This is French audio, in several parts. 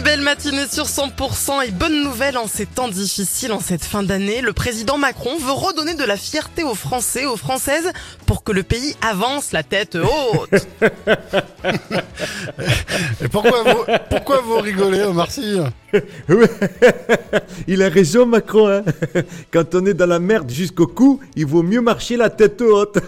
Belle matinée sur 100% et bonne nouvelle en ces temps difficiles, en cette fin d'année. Le président Macron veut redonner de la fierté aux Français, aux Françaises, pour que le pays avance la tête haute. Et pourquoi vous rigolez, Omar Sy ? Il a raison, Macron. Hein. Quand on est dans la merde jusqu'au cou, il vaut mieux marcher la tête haute.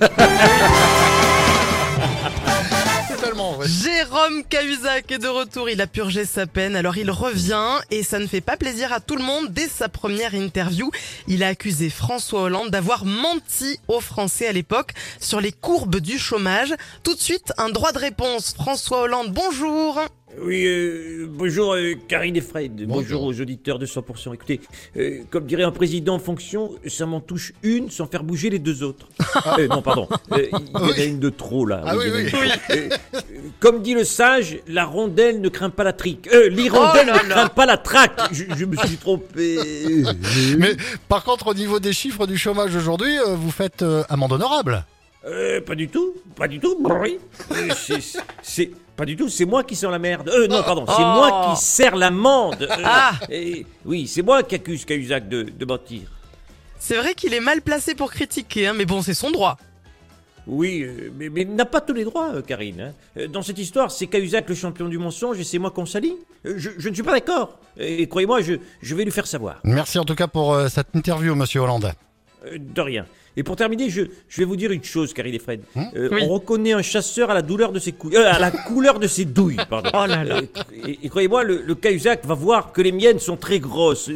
Jérôme Cahuzac est de retour, il a purgé sa peine, alors il revient et ça ne fait pas plaisir à tout le monde. Dès sa première interview, il a accusé François Hollande d'avoir menti aux Français à l'époque sur les courbes du chômage. Tout de suite, un droit de réponse. François Hollande, bonjour. Oui, bonjour Karine et Fred, bonjour aux auditeurs de 100%. Écoutez, comme dirait un président en fonction, ça m'en touche une sans faire bouger les deux autres. Non, pardon, il y en a une de trop là. Comme dit le sage, la rondelle ne craint pas la trique. L'hirondelle ne craint pas la traque. Je me suis trompé. Mais par contre, au niveau des chiffres du chômage aujourd'hui, vous faites amende honorable. Pas du tout. Oui. C'est pas du tout, c'est moi qui sers la merde. Non, pardon, c'est moi qui sers l'amende. Oui, c'est moi qui accuse Cahuzac de mentir. C'est vrai qu'il est mal placé pour critiquer, hein, mais bon, c'est son droit. Oui, mais il n'a pas tous les droits, Karine. Dans cette histoire, c'est Cahuzac le champion du mensonge et c'est moi qu'on salit. Je ne suis pas d'accord. Et croyez-moi, je vais lui faire savoir. Merci en tout cas pour cette interview, monsieur Hollande. De rien. Et pour terminer, je vais vous dire une chose, Karine et Fred. Oui. On reconnaît un chasseur à la douleur de ses couilles, à la couleur de ses douilles, pardon. Oh là là. Et croyez-moi, le Cahuzac va voir que les miennes sont très grosses.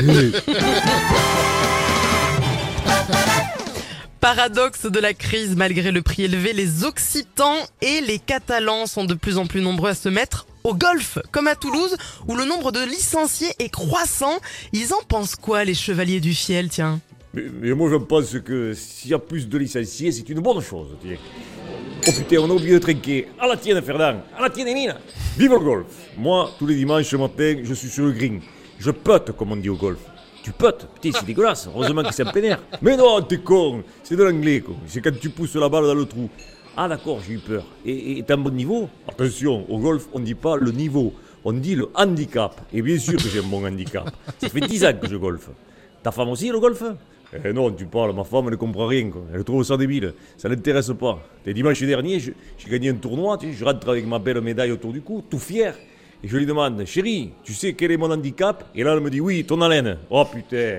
Paradoxe de la crise, malgré le prix élevé, les Occitans et les Catalans sont de plus en plus nombreux à se mettre au golf, comme à Toulouse, où le nombre de licenciés est croissant. Ils en pensent quoi, les chevaliers du fiel, tiens ? Mais moi, je pense que s'il y a plus de licenciés, c'est une bonne chose. Tiens. Oh putain, on a oublié de trinquer. À la tienne, Ferdinand. À la tienne, Emile. Vive le golf. Moi, tous les dimanches matin, je suis sur le green. Je putte, comme on dit au golf. Tu puttes? Putain, c'est dégueulasse. Heureusement que c'est en plein air. Mais non, t'es con. C'est de l'anglais, quoi. C'est quand tu pousses la balle dans le trou. Ah, d'accord, j'ai eu peur. Et t'as un bon niveau? Attention, au golf, on dit pas le niveau. On dit le handicap. Et bien sûr que j'ai un bon handicap. Ça fait 10 ans que je golfe. Ta femme aussi, le golf? Non, tu parles, ma femme, elle ne comprend rien, quoi. Elle trouve ça débile, ça ne l'intéresse pas. Et dimanche dernier, j'ai gagné un tournoi, tu sais, je rentre avec ma belle médaille autour du cou, tout fier. Et je lui demande, chérie, tu sais quel est mon handicap? Et là, elle me dit, oui, ton haleine. Oh putain.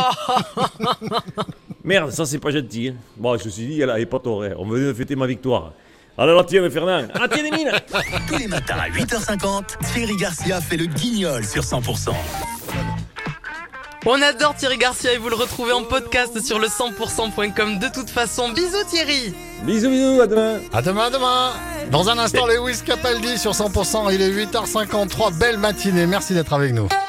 Merde, ça c'est pas gentil. Hein. Bon, je me suis dit, elle avait pas tort, hein. On venait de fêter ma victoire. Allez, la tienne, Fernand. À la tienne, Emile. Tous les matins à 8h50, Thierry Garcia fait le guignol sur 100%. On adore Thierry Garcia et vous le retrouvez en podcast sur le 100%.com de toute façon. Bisous Thierry. Bisous, à demain. À demain. Dans un instant, Lewis Capaldi sur 100%. Il est 8h53. Belle matinée. Merci d'être avec nous.